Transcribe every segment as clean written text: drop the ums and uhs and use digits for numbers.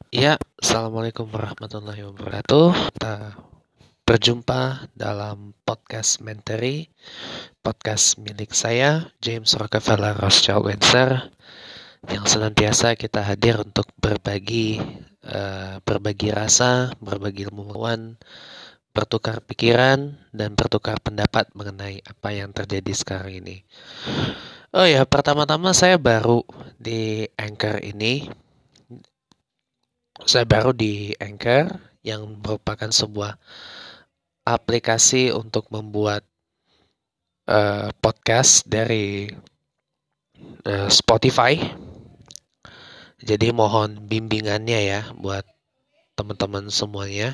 Ya, Assalamualaikum warahmatullahi wabarakatuh. Kita berjumpa dalam podcast Menteri, podcast milik saya, James Rockefeller Rothschild Windsor, yang senantiasa kita hadir untuk berbagi rasa, berbagi ilmu pengetahuan, bertukar pikiran, dan bertukar pendapat mengenai apa yang terjadi sekarang ini. Oh ya, pertama-tama saya baru di Anchor ini. Saya baru di Anchor yang merupakan sebuah aplikasi untuk membuat podcast dari Spotify. Jadi mohon bimbingannya ya buat teman-teman semuanya.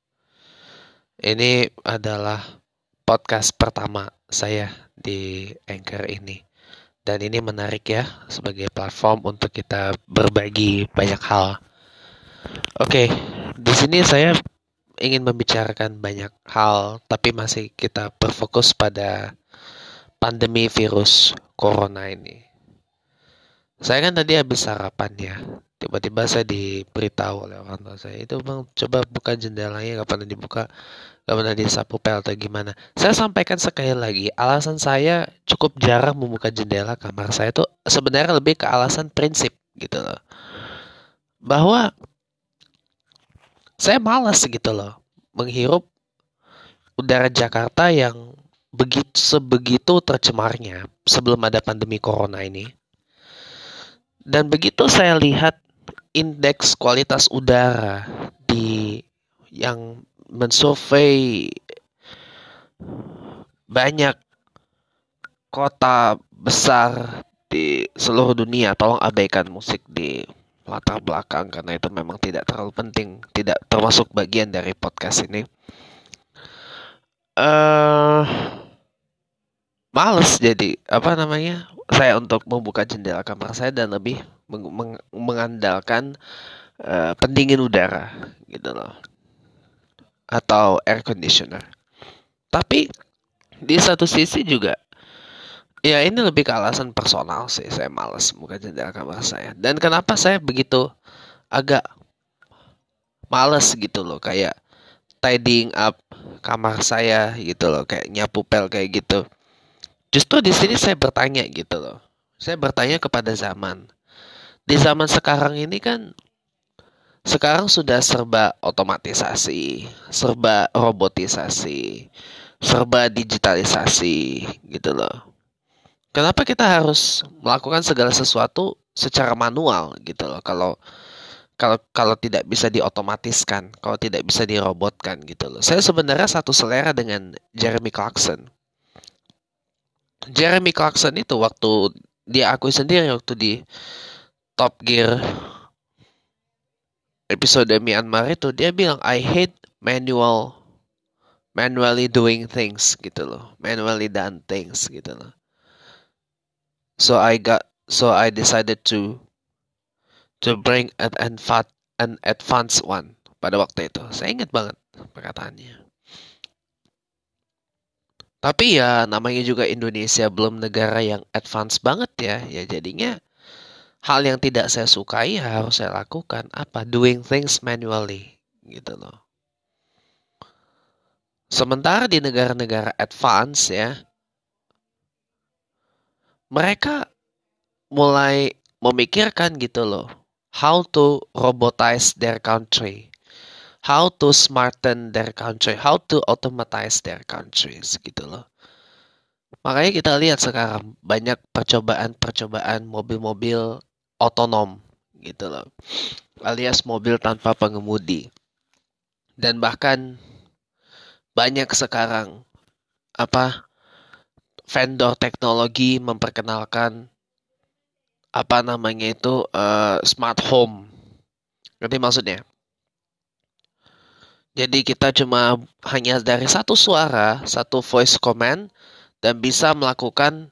Ini adalah podcast pertama saya di Anchor ini. Dan ini menarik ya sebagai platform untuk kita berbagi banyak hal. Oke, di sini saya ingin membicarakan banyak hal, tapi masih kita berfokus pada pandemi virus corona ini. Saya kan tadi habis sarapan ya. Tiba-tiba saya diberitahu oleh orang tua saya, itu bang coba buka jendelanya, gak pernah dibuka, gak pernah disapu pel atau gimana. Saya sampaikan sekali lagi, alasan saya cukup jarang membuka jendela kamar saya itu sebenarnya lebih ke alasan prinsip gitu loh. Bahwa saya malas gitu loh menghirup udara Jakarta yang sebegitu tercemarnya sebelum ada pandemi corona ini. Dan begitu saya lihat indeks kualitas udara di yang mensurvei banyak kota besar di seluruh dunia, tolong abaikan musik di latar belakang karena itu memang tidak terlalu penting, tidak termasuk bagian dari podcast ini. Eh Males jadi apa namanya saya untuk membuka jendela kamar saya dan lebih mengandalkan pendingin udara gitu loh atau air conditioner. Tapi di satu sisi juga ya ini lebih ke alasan personal sih, saya males buka jendela kamar saya. Dan kenapa saya begitu agak males gitu loh, kayak tidying up kamar saya gitu loh, kayak nyapu pel kayak gitu. Justru di sini saya bertanya gitu loh. Saya bertanya kepada zaman. Di zaman sekarang ini kan sekarang sudah serba otomatisasi, serba robotisasi, serba digitalisasi gitu loh. Kenapa kita harus melakukan segala sesuatu secara manual gitu loh? Kalau kalau kalau tidak bisa diotomatiskan, kalau tidak bisa dirobotkan gitu loh. Saya sebenarnya satu selera dengan Jeremy Clarkson. Jeremy Clarkson itu waktu dia akui sendiri waktu di Top Gear episode Myanmar itu dia bilang I hate manually doing things gitu loh, manually done things gitu loh. So I decided to bring an advanced one pada waktu itu. Saya ingat banget perkataannya. Tapi ya namanya juga Indonesia belum negara yang advance banget ya. Ya jadinya hal yang tidak saya sukai ya harus saya lakukan. Apa? Doing things manually gitu loh. Sementara di negara-negara advance ya, mereka mulai memikirkan gitu loh. How to robotize their country. How to smarten their country. How to automatize their countries gitu loh. Makanya kita lihat sekarang banyak percobaan-percobaan mobil-mobil otonom gitu loh. Alias mobil tanpa pengemudi. Dan bahkan banyak sekarang apa vendor teknologi memperkenalkan apa namanya itu smart home. Ngerti maksudnya? Jadi kita cuma hanya dari satu suara, satu voice command dan bisa melakukan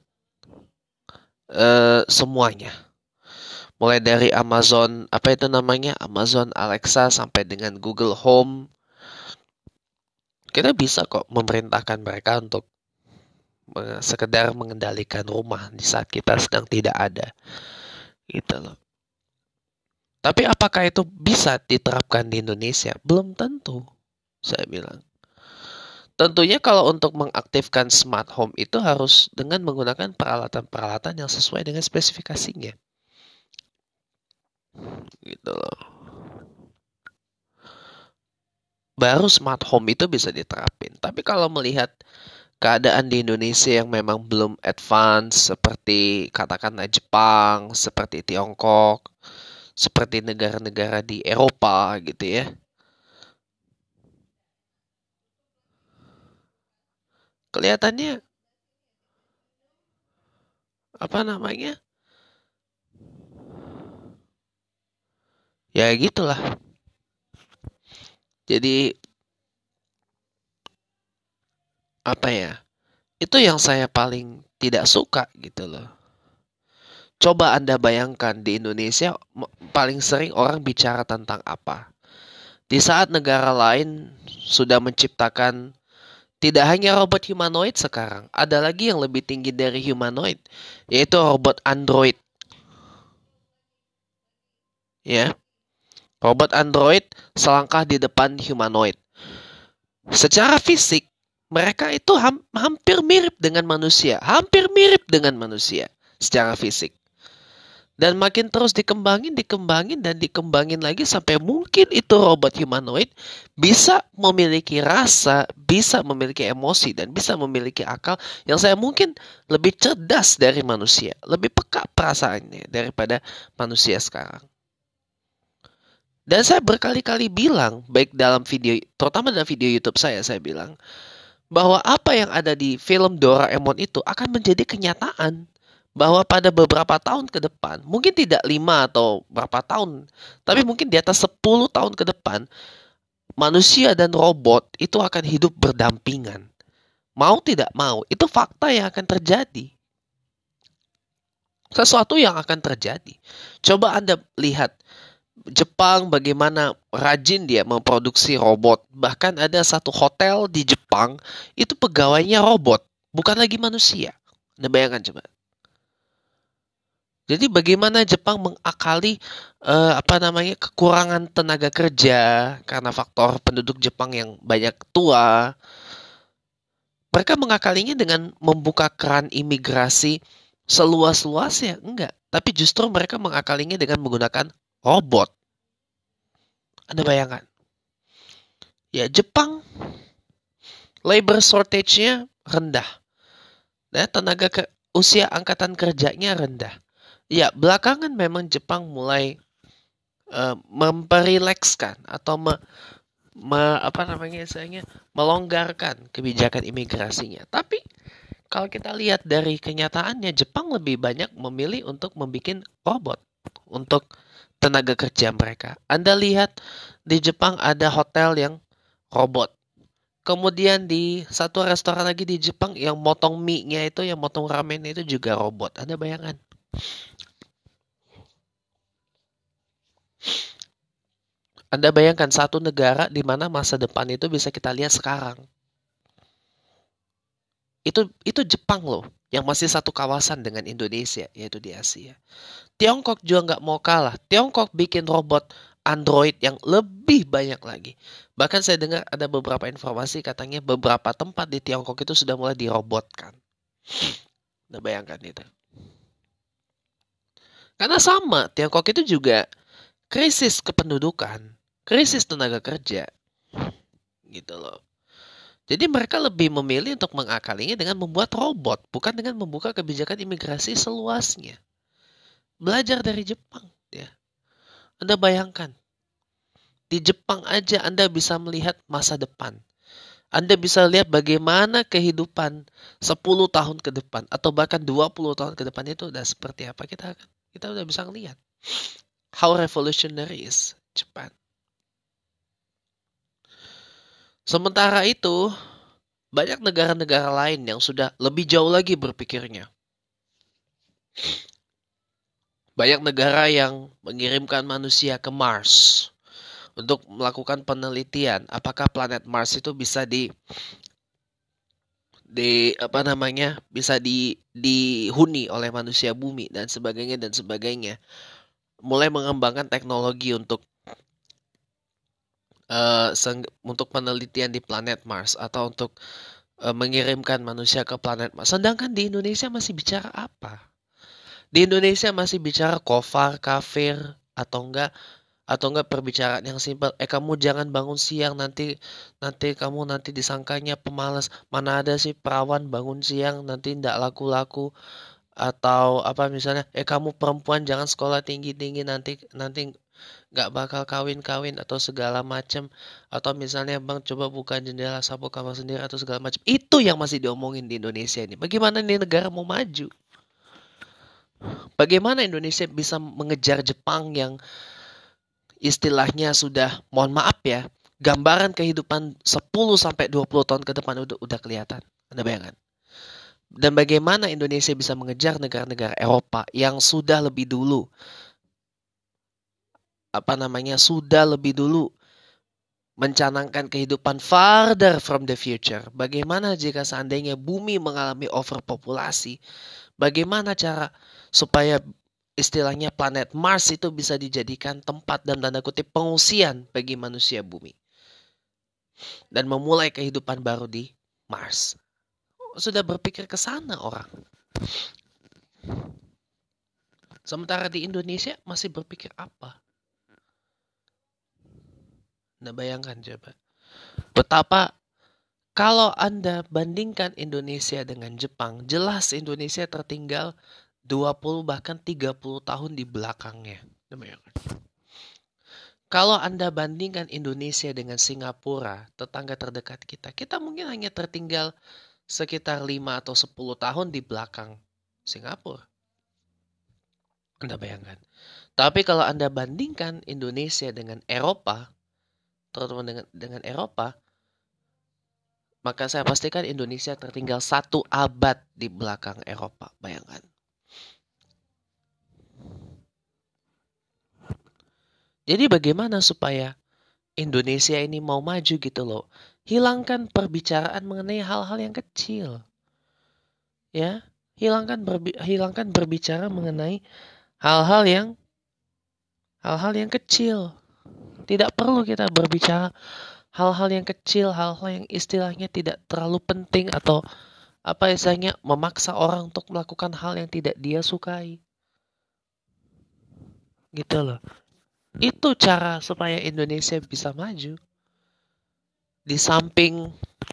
semuanya. Mulai dari Amazon, apa itu namanya? Amazon Alexa sampai dengan Google Home. Kita bisa kok memerintahkan mereka untuk sekedar mengendalikan rumah di saat kita sedang tidak ada. Gitu loh. Tapi apakah itu bisa diterapkan di Indonesia? Belum tentu, saya bilang. Tentunya kalau untuk mengaktifkan smart home itu harus dengan menggunakan peralatan-peralatan yang sesuai dengan spesifikasinya. Gitu loh. Baru smart home itu bisa diterapin. Tapi kalau melihat keadaan di Indonesia yang memang belum advance seperti katakanlah Jepang, seperti Tiongkok, seperti negara-negara di Eropa gitu ya. Kelihatannya apa namanya? Ya gitulah. Jadi apa ya? Itu yang saya paling tidak suka gitu loh. Coba Anda bayangkan di Indonesia paling sering orang bicara tentang apa? Di saat negara lain sudah menciptakan tidak hanya robot humanoid sekarang, ada lagi yang lebih tinggi dari humanoid, yaitu robot android. Ya, robot android selangkah di depan humanoid. Secara fisik, mereka itu hampir mirip dengan manusia, hampir mirip dengan manusia secara fisik. Dan makin terus dikembangin dan dikembangin lagi sampai mungkin itu robot humanoid bisa memiliki rasa, bisa memiliki emosi, dan bisa memiliki akal yang saya mungkin lebih cerdas dari manusia, lebih peka perasaannya daripada manusia sekarang. Dan saya berkali-kali bilang, baik dalam video, terutama dalam video YouTube saya bilang, bahwa apa yang ada di film Doraemon itu akan menjadi kenyataan. Bahwa pada beberapa tahun ke depan, mungkin tidak 5 atau berapa tahun, tapi mungkin di atas 10 tahun ke depan, manusia dan robot itu akan hidup berdampingan. Mau tidak mau, itu fakta yang akan terjadi. Sesuatu yang akan terjadi. Coba Anda lihat Jepang bagaimana rajin dia memproduksi robot. Bahkan ada satu hotel di Jepang, itu pegawainya robot, bukan lagi manusia. Anda bayangkan coba. Jadi bagaimana Jepang mengakali kekurangan tenaga kerja karena faktor penduduk Jepang yang banyak tua. Mereka mengakalinya dengan membuka keran imigrasi seluas-luasnya, enggak. Tapi justru mereka mengakalinya dengan menggunakan robot. Anda bayangkan. Ya, Jepang labor shortage-nya rendah. Ya, usia angkatan kerjanya rendah. Ya, belakangan memang Jepang mulai memperrilekskan atau melonggarkan kebijakan imigrasinya. Tapi kalau kita lihat dari kenyataannya, Jepang lebih banyak memilih untuk membuat robot untuk tenaga kerja mereka. Anda lihat di Jepang ada hotel yang robot. Kemudian di satu restoran lagi di Jepang yang motong mie-nya itu, yang motong ramen itu juga robot. Anda bayangkan. Anda bayangkan satu negara di mana masa depan itu bisa kita lihat sekarang. Itu Jepang loh, yang masih satu kawasan dengan Indonesia, yaitu di Asia. Tiongkok juga nggak mau kalah. Tiongkok bikin robot Android yang lebih banyak lagi. Bahkan saya dengar ada beberapa informasi katanya beberapa tempat di Tiongkok itu sudah mulai dirobotkan. Anda bayangkan itu. Karena sama, Tiongkok itu juga krisis kependudukan, krisis tenaga kerja. Gitu loh. Jadi mereka lebih memilih untuk mengakalinya dengan membuat robot, bukan dengan membuka kebijakan imigrasi seluasnya. Belajar dari Jepang, ya. Anda bayangkan, di Jepang aja Anda bisa melihat masa depan. Anda bisa lihat bagaimana kehidupan 10 tahun ke depan atau bahkan 20 tahun ke depan itu udah seperti apa, kita udah bisa ngelihat. How revolutionary is Japan. Sementara itu, banyak negara-negara lain yang sudah lebih jauh lagi berpikirnya. Banyak negara yang mengirimkan manusia ke Mars untuk melakukan penelitian apakah planet Mars itu bisa bisa dihuni oleh manusia bumi dan sebagainya. mulai mengembangkan teknologi untuk penelitian di planet Mars atau untuk mengirimkan manusia ke planet Mars. Sedangkan di Indonesia masih bicara apa? Di Indonesia masih bicara kofar, kafir, atau enggak perbicaraan yang simpel. Kamu jangan bangun siang, nanti nanti kamu nanti disangkanya pemalas. Mana ada sih perawan bangun siang nanti ndak laku-laku. Atau apa misalnya, kamu perempuan jangan sekolah tinggi-tinggi, nanti nanti nggak bakal kawin-kawin atau segala macam. Atau misalnya bang coba buka jendela sapu kamar sendiri atau segala macam. Itu yang masih diomongin di Indonesia ini. Bagaimana nih negara mau maju? Bagaimana Indonesia bisa mengejar Jepang yang istilahnya sudah, mohon maaf ya, gambaran kehidupan 10 sampai 20 tahun ke depan udah kelihatan. Anda bayangkan. Dan bagaimana Indonesia bisa mengejar negara-negara Eropa yang sudah lebih dulu sudah lebih dulu mencanangkan kehidupan farther from the future. Bagaimana jika seandainya bumi mengalami overpopulasi? Bagaimana cara supaya istilahnya planet Mars itu bisa dijadikan tempat dan tanda kutip pengungsian bagi manusia bumi dan memulai kehidupan baru di Mars. Sudah berpikir ke sana orang. Sementara di Indonesia masih berpikir apa? Nah, bayangkan coba. Betapa kalau Anda bandingkan Indonesia dengan Jepang, jelas Indonesia tertinggal 20 bahkan 30 tahun di belakangnya. Nah, bayangkan. Kalau Anda bandingkan Indonesia dengan Singapura, tetangga terdekat kita, kita mungkin hanya tertinggal sekitar 5 atau 10 tahun di belakang Singapura. Anda bayangkan. Tapi kalau Anda bandingkan Indonesia dengan Eropa, terutama dengan Eropa, maka saya pastikan Indonesia tertinggal 1 abad di belakang Eropa. Bayangkan. Jadi bagaimana supaya Indonesia ini mau maju gitu loh. Hilangkan perbicaraan mengenai hal-hal yang kecil. Ya, hilangkan berbicara mengenai hal-hal yang kecil. Tidak perlu kita berbicara hal-hal yang kecil, hal-hal yang istilahnya tidak terlalu penting atau apa istilahnya memaksa orang untuk melakukan hal yang tidak dia sukai. Gitu loh. Itu cara supaya Indonesia bisa maju. Di samping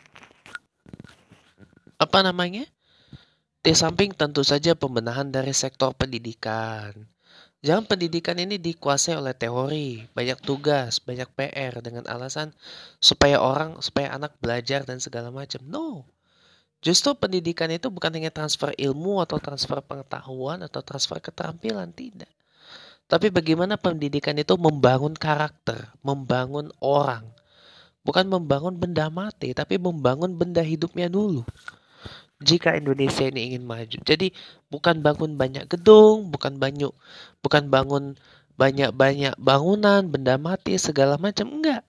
Di samping tentu saja pembenahan dari sektor pendidikan. Jangan pendidikan ini dikuasai oleh teori, banyak tugas, banyak PR dengan alasan supaya anak belajar dan segala macam. No. Justru pendidikan itu bukan hanya transfer ilmu atau transfer pengetahuan atau transfer keterampilan, tidak. Tapi bagaimana pendidikan itu membangun karakter, membangun orang. Bukan membangun benda mati, tapi membangun benda hidupnya dulu. Jika Indonesia ini ingin maju. Jadi bukan bangun banyak gedung, bukan bangun banyak-banyak bangunan, benda mati, segala macam. Enggak.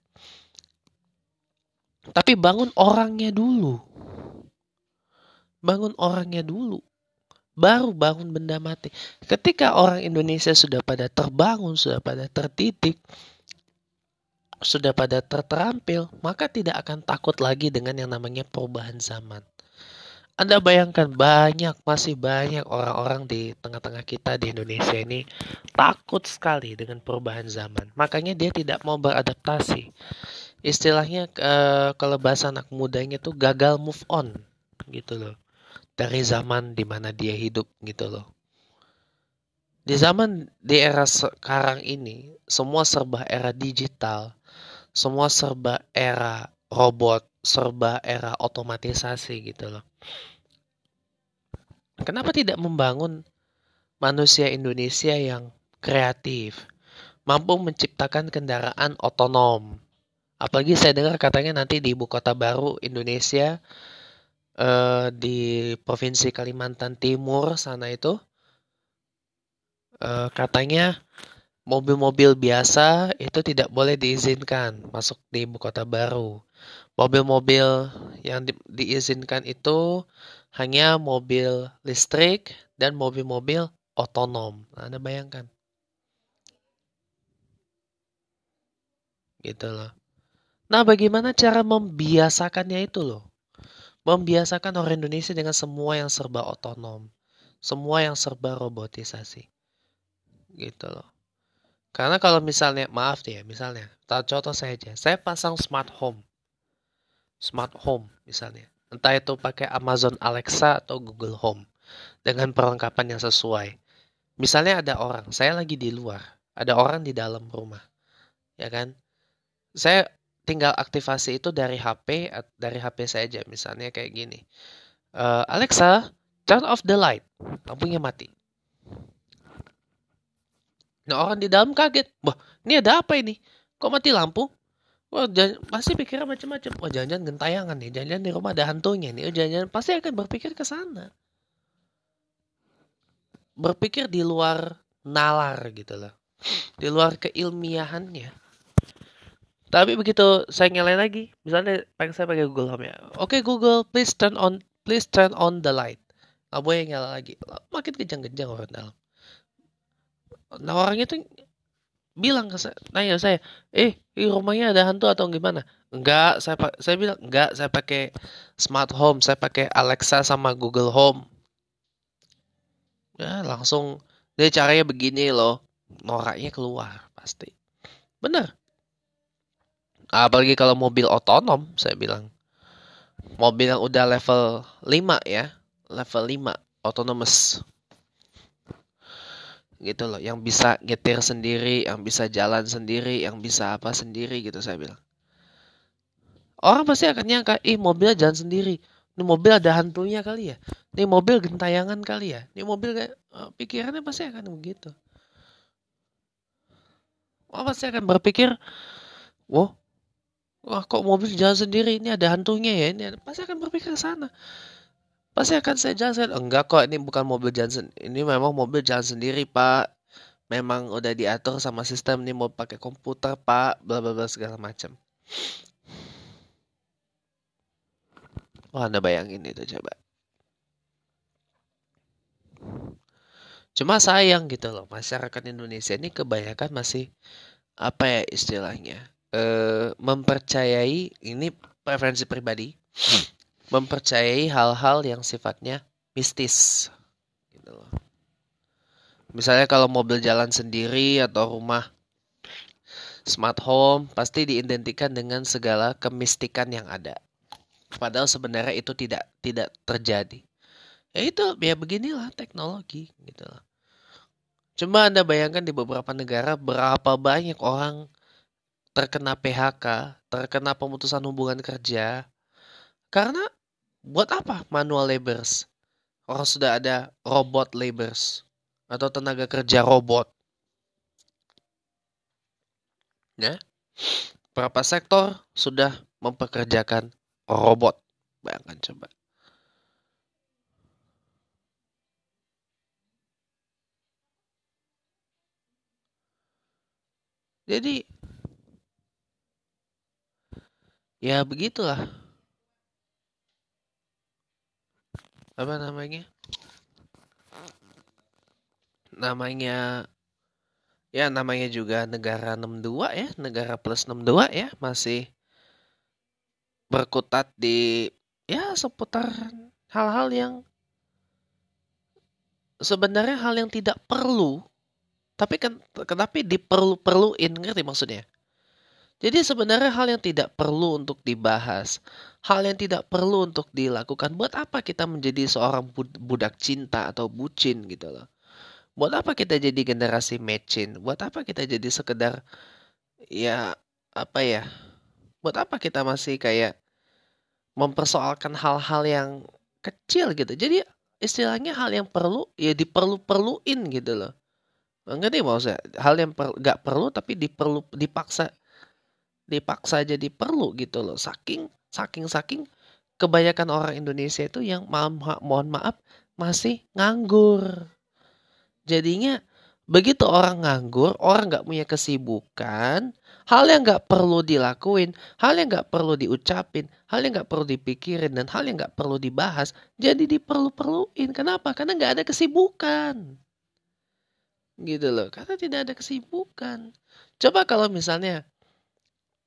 Tapi bangun orangnya dulu. Bangun orangnya dulu. Baru bangun benda mati. Ketika orang Indonesia sudah pada terbangun, sudah pada tertidik, sudah pada terterampil, maka tidak akan takut lagi dengan yang namanya perubahan zaman. Anda bayangkan masih banyak orang-orang di tengah-tengah kita di Indonesia ini takut sekali dengan perubahan zaman. Makanya dia tidak mau beradaptasi. Istilahnya kalau bahasa anak mudanya itu gagal move on gitu loh. Dari zaman di mana dia hidup gitu loh. Di era sekarang ini, semua serba era digital, semua serba era robot, serba era otomatisasi gitu loh. Kenapa tidak membangun manusia Indonesia yang kreatif, mampu menciptakan kendaraan otonom? Apalagi saya dengar katanya nanti di ibu kota baru Indonesia, di Provinsi Kalimantan Timur sana itu, katanya mobil-mobil biasa itu tidak boleh diizinkan masuk di ibu kota baru. Mobil-mobil yang diizinkan itu hanya mobil listrik dan mobil-mobil otonom. Nah, Anda bayangkan. gitu loh. Nah, bagaimana cara membiasakannya itu loh? Membiasakan orang Indonesia dengan semua yang serba otonom, semua yang serba robotisasi, gitu loh. Karena kalau misalnya, maaf nih ya, misalnya, contoh saya aja, saya pasang smart home misalnya, entah itu pakai Amazon Alexa atau Google Home dengan perlengkapan yang sesuai. Misalnya ada orang, saya lagi di luar, ada orang di dalam rumah, ya kan? Saya tinggal aktivasi itu dari HP saya aja, misalnya kayak gini. Alexa, turn off the light. Lampunya mati. Nah, orang di dalam kaget. Wah, ini ada apa ini? Kok mati lampu? Wah, pasti pikirnya macam-macam. Wah, jangan-jangan gentayangan nih. Jangan-jangan di rumah ada hantunya nih. Oh, jangan-jangan pasti akan berpikir ke sana. Berpikir di luar nalar gitu loh. Di luar keilmiahannya. Tapi begitu saya nyalain lagi, misalnya saya pakai Google Home ya. Oke, Google, please turn on the light. Nggak boleh nyala lagi. Makin kejang-kejang orang dalam. Nah, orang itu bilang ke saya, nanya saya, ini rumahnya ada hantu atau gimana? Enggak, saya bilang enggak, saya pakai smart home, saya pakai Alexa sama Google Home. Ya, langsung dia caranya begini loh, noraknya keluar pasti. Bener. Apalagi kalau mobil otonom, saya bilang. Mobil yang udah level 5 ya, level 5 autonomous. Gitu loh, yang bisa nyetir sendiri, yang bisa jalan sendiri, yang bisa apa sendiri gitu saya bilang. Orang pasti akan nyangka, mobilnya jalan sendiri. Ini mobil ada hantunya kali ya. Ini mobil gentayangan kali ya. Ini mobil kayak pikirannya pasti akan begitu. Orang pasti akan berpikir, wah, kok mobil jalan sendiri? Ini ada hantunya ya. Pasti akan berpikir ke sana. Pasti akan saya jelaskan, enggak kok, ini bukan mobil jalan sendiri. Ini memang mobil jalan sendiri, Pak. Memang udah diatur sama sistem, ini mau pakai komputer, Pak. Bla bla bla segala macam. Wah, Anda bayangin itu coba. Cuma sayang gitu loh, masyarakat Indonesia ini kebanyakan masih apa ya istilahnya? Mempercayai ini preferensi pribadi, mempercayai hal-hal yang sifatnya mistis gitu loh. Misalnya kalau mobil jalan sendiri atau rumah smart home pasti diidentikan dengan segala kemistikan yang ada. Padahal sebenarnya itu tidak terjadi. Ya itu ya beginilah teknologi gitu loh. Cuma Anda bayangkan di beberapa negara berapa banyak orang terkena PHK, terkena pemutusan hubungan kerja. Karena buat apa manual laborers? Orang sudah ada robot laborers atau tenaga kerja robot. Ya, berapa sektor sudah mempekerjakan robot? Bayangkan coba. Jadi ya begitulah apa namanya? Namanya ya namanya juga negara 62 ya, negara plus 62 ya, masih berkutat di ya seputar hal-hal yang sebenarnya hal yang tidak perlu, tapi kan tetapi diperlu-perluin, ngerti maksudnya? Jadi sebenarnya hal yang tidak perlu untuk dibahas, hal yang tidak perlu untuk dilakukan. Buat apa kita menjadi seorang budak cinta atau bucin gitu loh? Buat apa kita jadi generasi mecin? Buat apa kita jadi sekedar ya apa ya? Buat apa kita masih kayak mempersoalkan hal-hal yang kecil gitu? Jadi istilahnya hal yang perlu ya diperlu-perluin gitu loh. Ngerti maksudnya? Hal yang nggak perlu tapi dipaksa dipaksa jadi perlu gitu loh. Saking kebanyakan orang Indonesia itu yang mohon maaf masih nganggur. Jadinya begitu orang nganggur, orang nggak punya kesibukan, hal yang nggak perlu dilakuin, hal yang nggak perlu diucapin, hal yang nggak perlu dipikirin, dan hal yang nggak perlu dibahas, jadi diperlu-perluin. Kenapa? Karena nggak ada kesibukan. Gitu loh, karena tidak ada kesibukan. Coba kalau misalnya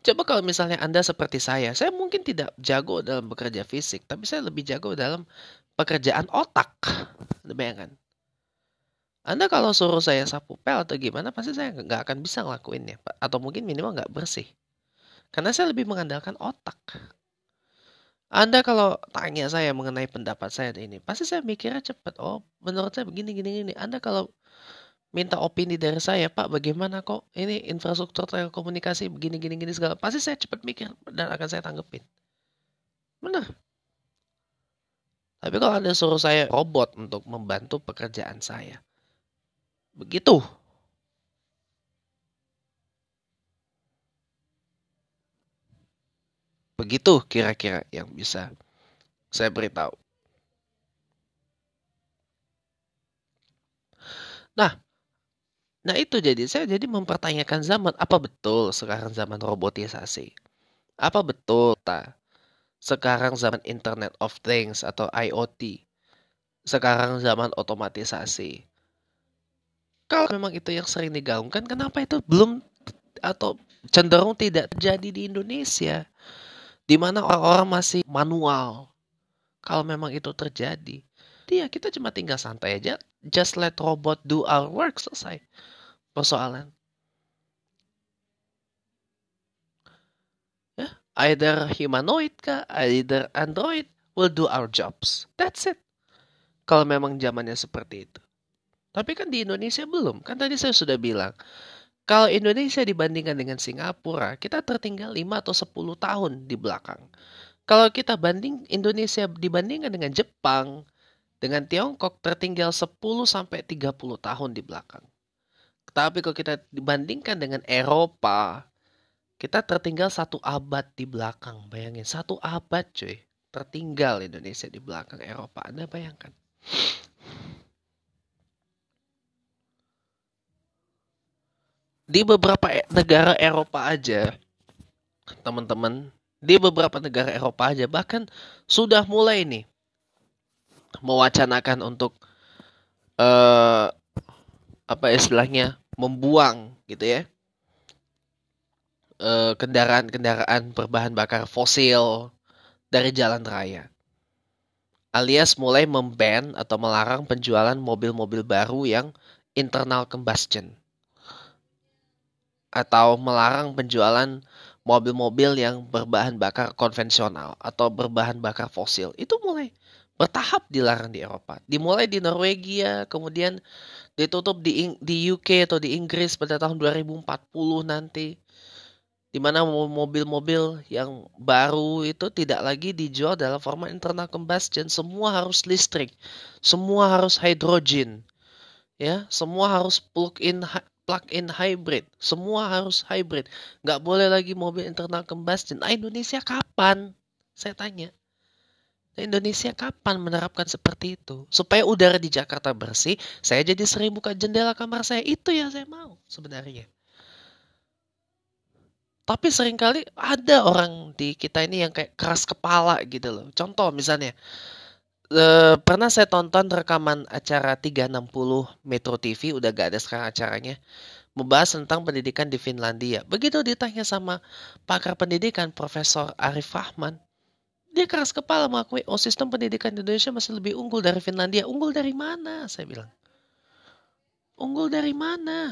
Coba kalau misalnya Anda seperti saya mungkin tidak jago dalam bekerja fisik, tapi saya lebih jago dalam pekerjaan otak. Anda bayangkan. Anda kalau suruh saya sapu pel atau gimana, pasti saya nggak akan bisa ngelakuinnya, Pak. Atau mungkin minimal nggak bersih. Karena saya lebih mengandalkan otak. Anda kalau tanya saya mengenai pendapat saya ini, pasti saya mikirnya cepat. Oh, menurut saya begini, gini, gini. Anda kalau minta opini dari saya, Pak, bagaimana kok ini infrastruktur telekomunikasi begini, gini, gini segala. Pasti saya cepat mikir dan akan saya tanggepin. Benar. Tapi kalau Anda suruh saya robot untuk membantu pekerjaan saya, begitu. Begitu kira-kira yang bisa saya beritahu. Nah, itu jadi saya jadi mempertanyakan zaman. Apa betul sekarang zaman robotisasi? Apa betul sekarang zaman Internet of Things atau IoT? Sekarang zaman otomatisasi. Kalau memang itu yang sering digaungkan, kenapa itu belum atau cenderung tidak terjadi di Indonesia? Di mana orang-orang masih manual. Kalau memang itu terjadi, dia kita cuma tinggal santai aja. Just let robot do our work, selesai persoalan. Ya, either humanoid kah, either android will do our jobs. That's it. Kalau memang zamannya seperti itu. Tapi kan di Indonesia belum. Kan tadi saya sudah bilang, kalau Indonesia dibandingkan dengan Singapura, kita tertinggal 5 atau 10 tahun di belakang. Kalau kita banding Indonesia dibandingkan dengan Jepang, dengan Tiongkok tertinggal 10 sampai 30 tahun di belakang. Tapi kalau kita dibandingkan dengan Eropa, kita tertinggal 1 abad di belakang. Bayangin, 1 abad cuy. Tertinggal Indonesia di belakang Eropa. Anda bayangkan. Di beberapa negara Eropa aja, teman-teman, di beberapa negara Eropa aja, bahkan sudah mulai nih mewacanakan untuk apa istilahnya, membuang gitu ya, kendaraan-kendaraan berbahan bakar fosil dari jalan raya. Alias mulai memban atau melarang penjualan mobil-mobil baru yang internal combustion. Atau melarang penjualan mobil-mobil yang berbahan bakar konvensional atau berbahan bakar fosil. Itu mulai bertahap dilarang di Eropa. Dimulai di Norwegia, kemudian ditutup di UK atau di Inggris pada tahun 2040 nanti. Di mana mobil-mobil yang baru itu tidak lagi dijual dalam format internal combustion, semua harus listrik, semua harus hydrogen, ya, semua harus plug-in hybrid, semua harus hybrid, nggak boleh lagi mobil internal combustion. Nah, Indonesia kapan? Saya tanya. Indonesia kapan menerapkan seperti itu? Supaya udara di Jakarta bersih, saya jadi sering buka jendela kamar saya. Itu yang saya mau sebenarnya. Tapi seringkali ada orang di kita ini yang kayak keras kepala gitu loh. Contoh misalnya, pernah saya tonton rekaman acara 360 Metro TV, udah gak ada sekarang acaranya, membahas tentang pendidikan di Finlandia. Begitu ditanya sama pakar pendidikan, Profesor Arif Rahman, dia keras kepala mengakui, oh sistem pendidikan di Indonesia masih lebih unggul dari Finlandia. Unggul dari mana? Saya bilang. Unggul dari mana?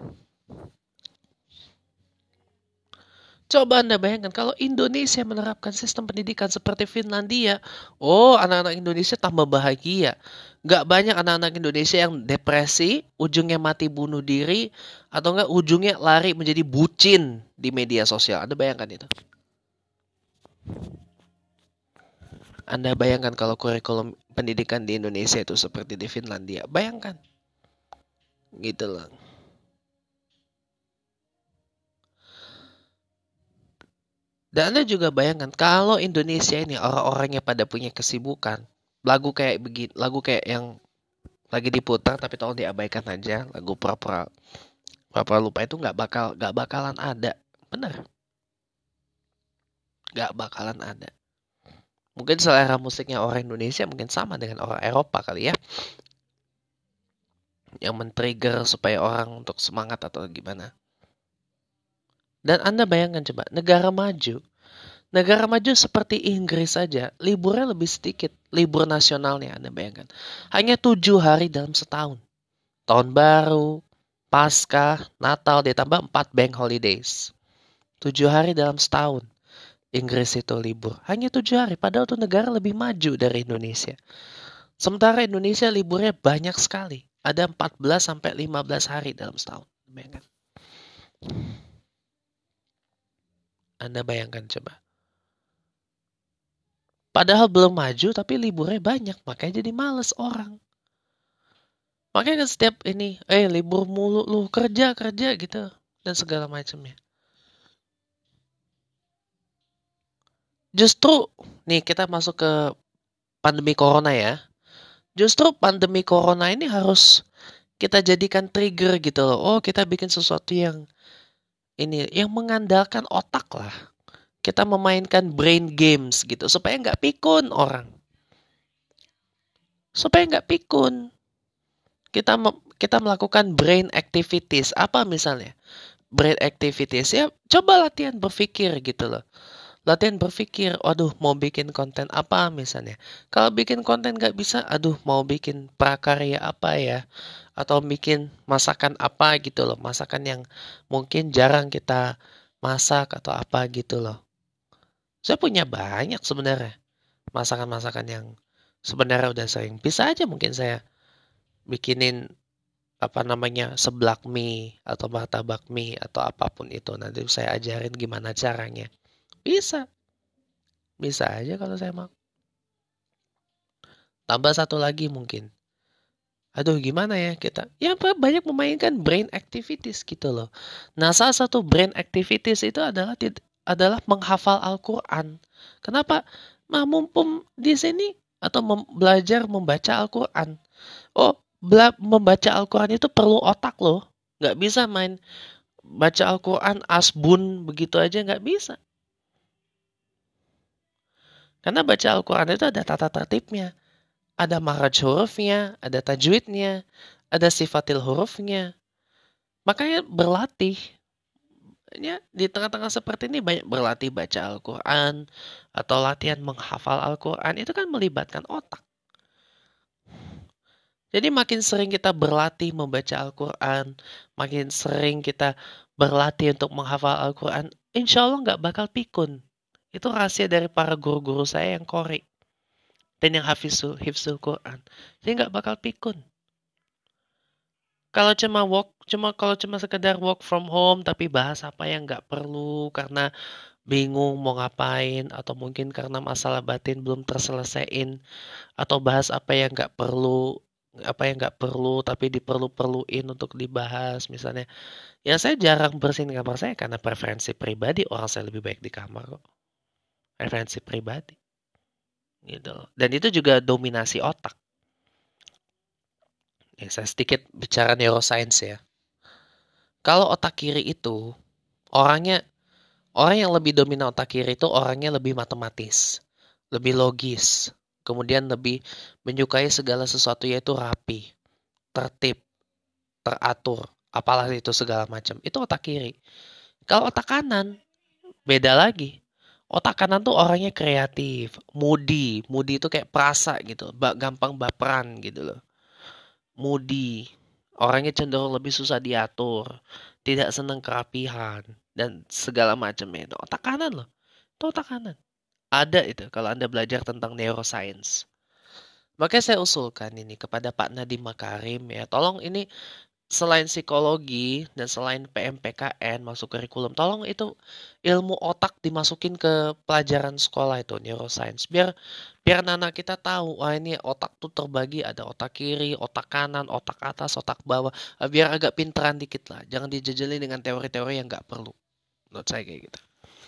Coba Anda bayangkan kalau Indonesia menerapkan sistem pendidikan seperti Finlandia, oh anak-anak Indonesia tambah bahagia. Gak banyak anak-anak Indonesia yang depresi, ujungnya mati bunuh diri, atau enggak ujungnya lari menjadi bucin di media sosial. Anda bayangkan itu. Anda bayangkan kalau kurikulum pendidikan di Indonesia itu seperti di Finlandia. Bayangkan. Gitu loh. Dan Anda juga bayangkan kalau Indonesia ini orang-orangnya pada punya kesibukan, lagu kayak begini, lagu kayak yang lagi diputar tapi tolong diabaikan aja, lagu pura-pura lupa itu nggak bakalan ada, bener, nggak bakalan ada. Mungkin selera musiknya orang Indonesia mungkin sama dengan orang Eropa kali ya, yang men-trigger supaya orang untuk semangat atau gimana. Dan Anda bayangkan coba, negara maju seperti Inggris saja, liburnya lebih sedikit. Libur nasionalnya Anda bayangkan. Hanya 7 hari dalam setahun. Tahun baru, Paskah, Natal, ditambah 4 bank holidays. 7 hari dalam setahun. Inggris itu libur. Hanya 7 hari, padahal itu negara lebih maju dari Indonesia. Sementara Indonesia liburnya banyak sekali. Ada 14 sampai 15 hari dalam setahun. Bayangkan. Anda bayangkan coba. Padahal belum maju tapi liburnya banyak. Makanya jadi males orang. Makanya kan setiap ini, libur mulu lu, kerja gitu. Dan segala macamnya. Justru, nih kita masuk ke pandemi corona ya. Justru pandemi corona ini harus kita jadikan trigger gitu loh. Oh, kita bikin sesuatu yang mengandalkan otak lah. Kita memainkan brain games gitu supaya nggak pikun orang. Supaya nggak pikun. Kita melakukan brain activities. Apa misalnya? Brain activities ya coba latihan berpikir gitu loh. Latihan berpikir, aduh mau bikin konten apa misalnya. Kalau bikin konten nggak bisa, aduh mau bikin prakarya apa ya. Atau bikin masakan apa gitu loh. Masakan yang mungkin jarang kita masak atau apa gitu loh. Saya punya banyak sebenarnya. Masakan-masakan yang sebenarnya udah sering. Bisa aja mungkin saya bikinin seblak mie atau martabak mie atau apapun itu. Nanti saya ajarin gimana caranya. Bisa. Bisa aja kalau saya mau. Tambah satu lagi mungkin. Aduh gimana ya kita. Ya banyak memainkan brain activities gitu loh. Nah salah satu brain activities itu adalah menghafal Al-Quran. Kenapa? Nah mumpung di sini atau belajar membaca Al-Quran. Oh membaca Al-Quran itu perlu otak loh. Nggak bisa main baca Al-Quran asbun begitu aja nggak bisa. Karena baca Al-Quran itu ada tata tertibnya. Ada makhraj hurufnya, ada tajwidnya, ada sifatil hurufnya. Makanya berlatih. Ya, di tengah-tengah seperti ini banyak berlatih baca Al-Quran atau latihan menghafal Al-Quran. Itu kan melibatkan otak. Jadi makin sering kita berlatih membaca Al-Quran, makin sering kita berlatih untuk menghafal Al-Quran, insya Allah nggak bakal pikun. Itu rahasia dari para guru-guru saya yang korek dan yang hifzul Quran. Jadi nggak bakal pikun. Kalau cuma sekedar work from home tapi bahas apa yang nggak perlu karena bingung mau ngapain atau mungkin karena masalah batin belum terselesaiin atau bahas apa yang nggak perlu tapi diperlu-perluin untuk dibahas misalnya. Ya saya jarang bersihin kamar saya karena preferensi pribadi orang saya lebih baik di kamar kok. Preferensi pribadi. Gitu loh. Dan itu juga dominasi otak. Ya, saya sedikit bicara neuroscience ya. Kalau otak kiri itu orangnya orang yang lebih dominan otak kiri itu orangnya lebih matematis, lebih logis, kemudian lebih menyukai segala sesuatu yaitu rapi, tertib, teratur, apalah itu segala macam. Itu otak kiri. Kalau otak kanan beda lagi. Otak kanan tuh orangnya kreatif, moody. Moody itu kayak perasa gitu, gampang baperan gitu loh. Moody. Orangnya cenderung lebih susah diatur, tidak senang kerapihan, dan segala macamnya itu. Otak kanan loh. Itu otak kanan. Ada itu kalau Anda belajar tentang neuroscience. Makanya saya usulkan ini kepada Pak Nadiem Makarim ya. Tolong ini selain psikologi dan selain PMPKN masuk kurikulum, tolong itu ilmu otak dimasukin ke pelajaran sekolah itu neuroscience. Biar biar anak kita tahu, wah ini otak tuh terbagi ada otak kiri, otak kanan, otak atas, otak bawah. Biar agak pinteran dikit lah. Jangan dijejeli dengan teori-teori yang nggak perlu. Menurut saya kayak gitu.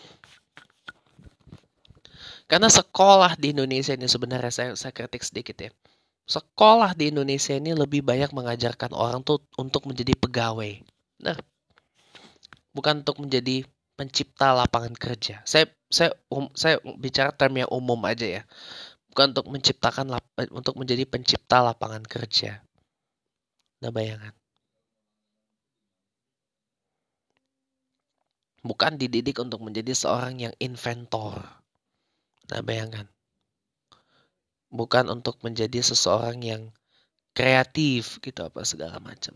Karena sekolah di Indonesia ini sebenarnya saya kritik sedikit ya. Sekolah di Indonesia ini lebih banyak mengajarkan orang tuh untuk menjadi pegawai. Nah, bukan untuk menjadi pencipta lapangan kerja. Saya bicara term yang umum aja ya. Bukan untuk untuk menjadi pencipta lapangan kerja. Nah, bayangkan. Bukan dididik untuk menjadi seorang yang inventor. Nah, bayangkan. Bukan untuk menjadi seseorang yang kreatif gitu apa segala macam.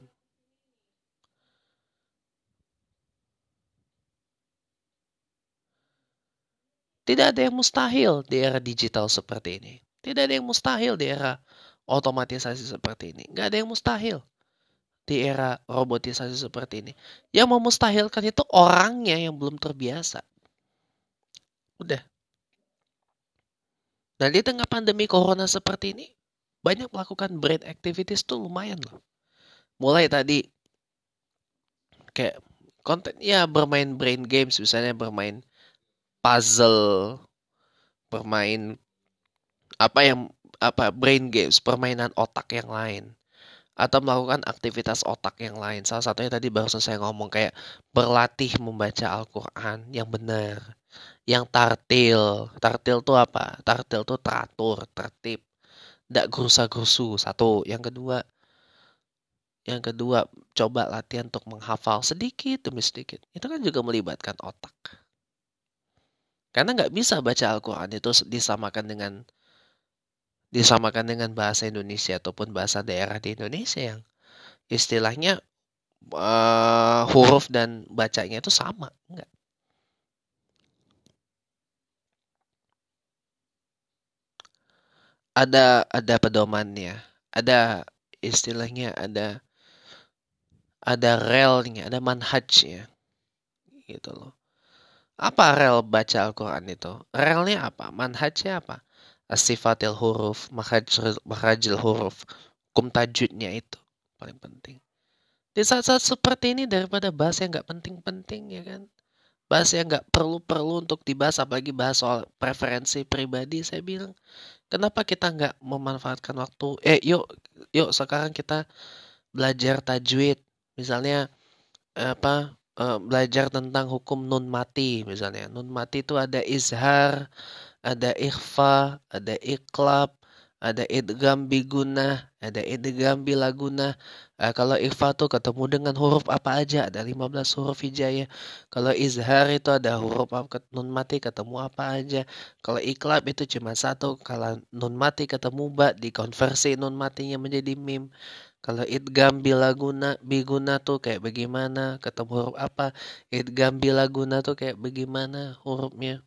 Tidak ada yang mustahil di era digital seperti ini. Tidak ada yang mustahil di era otomatisasi seperti ini. Nggak ada yang mustahil di era robotisasi seperti ini. Yang memustahilkan itu orangnya yang belum terbiasa. Udah. Dan di tengah pandemi corona seperti ini, banyak melakukan brain activities tuh lumayan loh. Mulai tadi kayak konten ya bermain brain games, misalnya bermain puzzle, bermain apa brain games, permainan otak yang lain, atau melakukan aktivitas otak yang lain. Salah satunya tadi barusan saya ngomong kayak berlatih membaca Al-Quran yang benar, yang tartil. Tartil tuh apa? Tartil tuh teratur, tertib, tidak gerusa-gerusu. Satu. Yang kedua, coba latihan untuk menghafal sedikit demi sedikit. Itu kan juga melibatkan otak. Karena nggak bisa baca Al-Quran itu disamakan dengan bahasa Indonesia ataupun bahasa daerah di Indonesia yang istilahnya huruf dan bacanya itu sama. Enggak. Ada pedomannya. Ada istilahnya ada relnya, ada manhajnya gitu loh. Apa rel baca Al-Quran itu? Relnya apa? Manhajnya apa? As-sifatil huruf, makhrajil huruf, hukum tajwidnya itu paling penting. Di saat-saat seperti ini daripada bahasa yang nggak penting-penting ya kan. Bahasa yang nggak perlu-perlu untuk dibahas, apalagi bahas soal preferensi pribadi, saya bilang, kenapa kita nggak memanfaatkan waktu, yuk sekarang kita belajar tajwid, misalnya belajar tentang hukum nun mati, misalnya. Nun mati itu ada izhar, ada ikhfa, ada iqlab, ada idgham bigunah, ada idgham bilagunah. Kalau ikhfa tuh ketemu dengan huruf apa aja, ada 15 huruf hijaiyah. Kalau izhar itu ada huruf nun mati ketemu apa aja. Kalau iqlab itu cuma satu, kalau nun mati ketemu ba, dikonversi nun matinya menjadi mim. Kalau idgham biguna tuh kayak bagaimana, ketemu huruf apa. Idgham bilaguna tuh kayak bagaimana hurufnya.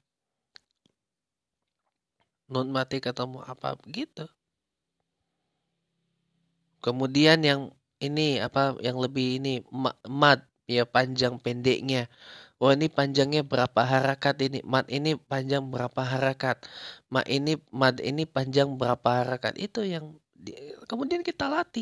Nun mati ketemu apa gitu. Kemudian yang ini apa yang lebih ini mad ya panjang pendeknya. Oh ini panjangnya berapa harakat ini? Ini panjang berapa harakat? Mad ini panjang berapa harakat? Itu yang kemudian kita latih.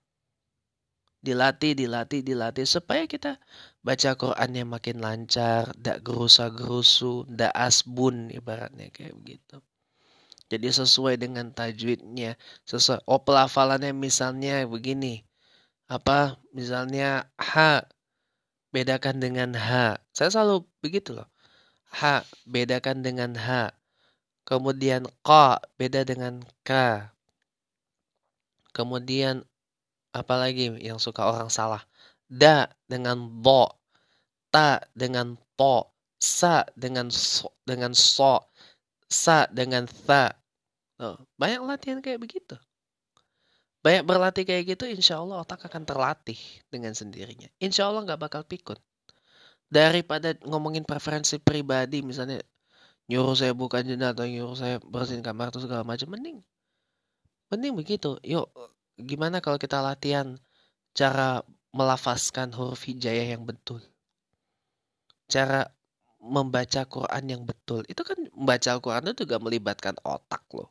Dilatih supaya kita baca Qur'annya makin lancar, ndak gerusa-gerusu, ndak asbun ibaratnya kayak begitu. Jadi sesuai dengan tajwidnya, pelafalannya misalnya begini. Misalnya H bedakan dengan H. Saya selalu begitu loh. H bedakan dengan H. Kemudian Q beda dengan K. Kemudian apalagi yang suka orang salah. Da dengan bo, ta dengan to, sa dengan so, sa dengan tha. Banyak latihan kayak begitu. Banyak berlatih kayak gitu, insya Allah otak akan terlatih dengan sendirinya. Insya Allah nggak bakal pikun. Daripada ngomongin preferensi pribadi, misalnya nyuruh saya buka jendela atau nyuruh saya bersihin kamar atau segala macam, mending begitu. Yuk, gimana kalau kita latihan cara melafazkan huruf hijaiyah yang betul, cara membaca Quran yang betul. Itu kan membaca Al-Quran itu juga melibatkan otak loh.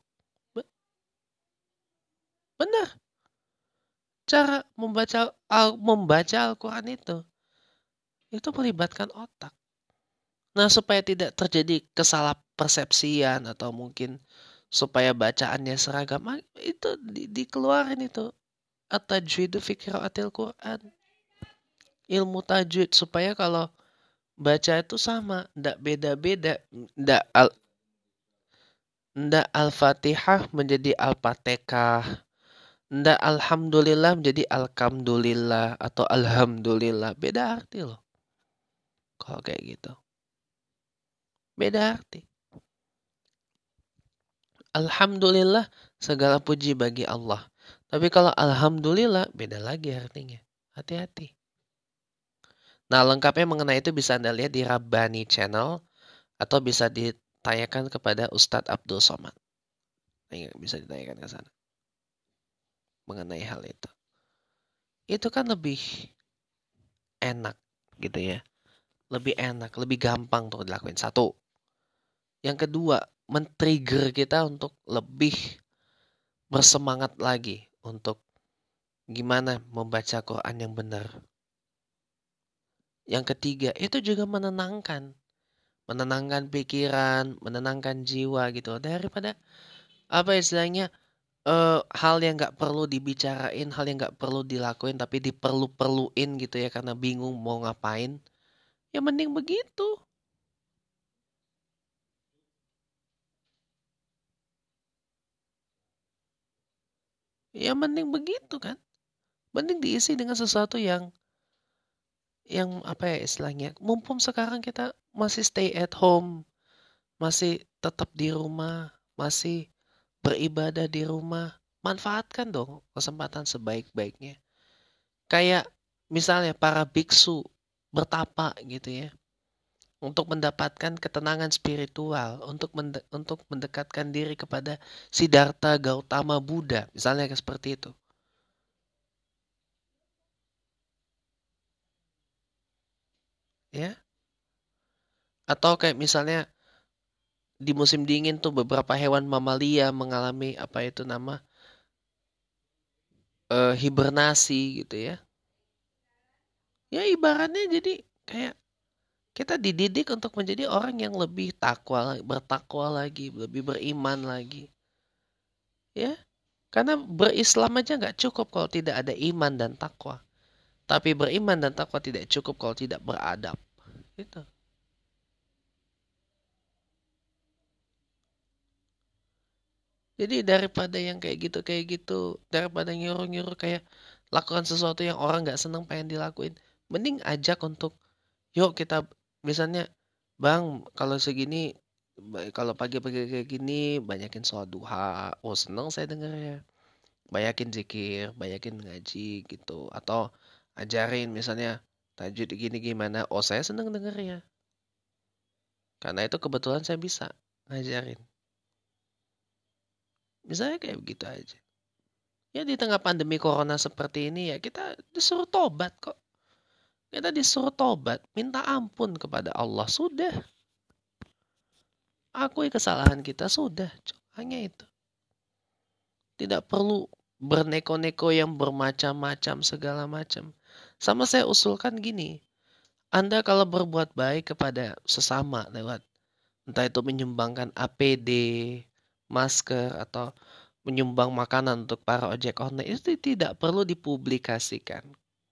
Benar. Cara membaca Al-Quran itu melibatkan otak. Nah, supaya tidak terjadi kesalahpersepsian atau mungkin supaya bacaannya seragam, itu dikeluarin itu at-tajwidu fi qiraatil Quran. Ilmu tajwid supaya kalau baca itu sama, ndak beda-beda, ndak Al-Fatihah menjadi Al-Fatihah, ndak Alhamdulillah menjadi Alhamdulillah atau Alhamdulillah, beda arti loh. kalau kayak gitu. Beda arti. Alhamdulillah, segala puji bagi Allah. Tapi kalau alhamdulillah, beda lagi artinya. Hati-hati. Nah, lengkapnya mengenai itu bisa Anda lihat di Rabbani Channel atau bisa ditanyakan kepada Ustadz Abdul Somad. Bisa ditanyakan ke sana mengenai hal itu. Itu kan lebih enak gitu ya. Lebih enak, lebih gampang untuk dilakuin. Satu. Yang kedua, men-trigger kita untuk lebih bersemangat lagi untuk gimana membaca Quran yang benar. Yang ketiga, itu juga menenangkan. Menenangkan pikiran, menenangkan jiwa gitu. Daripada apa istilahnya, hal yang nggak perlu dibicarain, hal yang nggak perlu dilakuin, tapi diperlu-perluin gitu ya karena bingung mau ngapain. Ya mending begitu. Ya mending begitu kan. Mending diisi dengan sesuatu yang apa ya istilahnya. Mumpung sekarang kita masih stay at home, masih tetap di rumah, masih beribadah di rumah, manfaatkan dong kesempatan sebaik-baiknya. Kayak misalnya para biksu bertapa gitu ya, untuk mendapatkan ketenangan spiritual, untuk mendekatkan diri kepada Siddhartha Gautama Buddha, misalnya seperti itu. Ya, atau kayak misalnya di musim dingin tuh beberapa hewan mamalia mengalami apa itu nama hibernasi gitu ya. Ya ibaratnya jadi kayak kita dididik untuk menjadi orang yang lebih bertakwa lagi, lebih beriman lagi. Ya, karena berislam aja nggak cukup kalau tidak ada iman dan takwa. Tapi beriman dan takwa tidak cukup kalau tidak beradab. Gitu. Jadi daripada yang kayak gitu, daripada nyuruh-nyuruh kayak lakukan sesuatu yang orang nggak seneng pengen dilakuin, mending ajak untuk yuk kita misalnya bang kalau segini kalau pagi-pagi kayak gini banyakin sholat duha, oh seneng saya dengarnya, banyakin zikir, banyakin ngaji gitu, atau ajarin misalnya tajwid gini gimana, oh saya seneng dengarnya, karena itu kebetulan saya bisa ngajarin, misalnya kayak begitu aja. Ya di tengah pandemi corona seperti ini ya kita disuruh tobat kok. Kita disuruh tobat, minta ampun kepada Allah. Sudah. Akui kesalahan kita, sudah. Hanya itu. Tidak perlu berneko-neko yang bermacam-macam, segala macam. Sama saya usulkan gini. Anda kalau berbuat baik kepada sesama lewat entah itu menyumbangkan APD, masker, atau menyumbang makanan untuk para ojek online, itu tidak perlu dipublikasikan.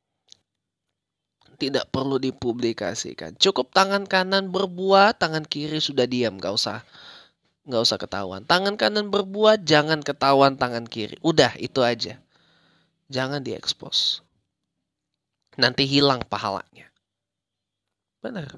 Tidak perlu dipublikasikan. Cukup tangan kanan berbuat, tangan kiri sudah diam, nggak usah ketahuan. Tangan kanan berbuat, jangan ketahuan tangan kiri. Udah itu aja. Jangan diekspos. Nanti hilang pahalanya. Benar.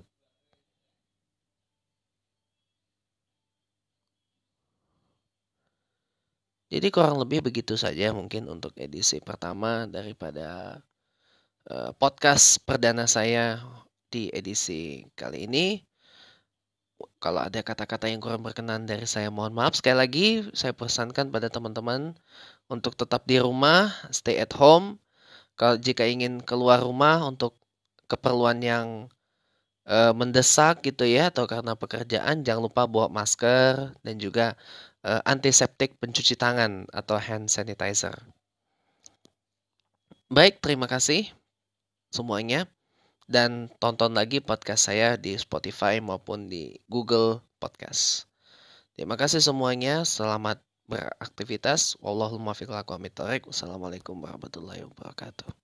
Jadi kurang lebih begitu saja mungkin untuk edisi pertama daripada podcast perdana saya di edisi kali ini. Kalau ada kata-kata yang kurang berkenan dari saya, mohon maaf. Sekali lagi, saya pesankan pada teman-teman untuk tetap di rumah, stay at home. Kalau jika ingin keluar rumah untuk keperluan yang mendesak gitu ya, atau karena pekerjaan, jangan lupa bawa masker dan juga antiseptik pencuci tangan atau hand sanitizer. Baik, terima kasih semuanya. Dan tonton lagi podcast saya di Spotify maupun di Google Podcast. Terima kasih semuanya. Selamat beraktivitas. Wallahul muwaffiq. Wassalamualaikum warahmatullahi wabarakatuh.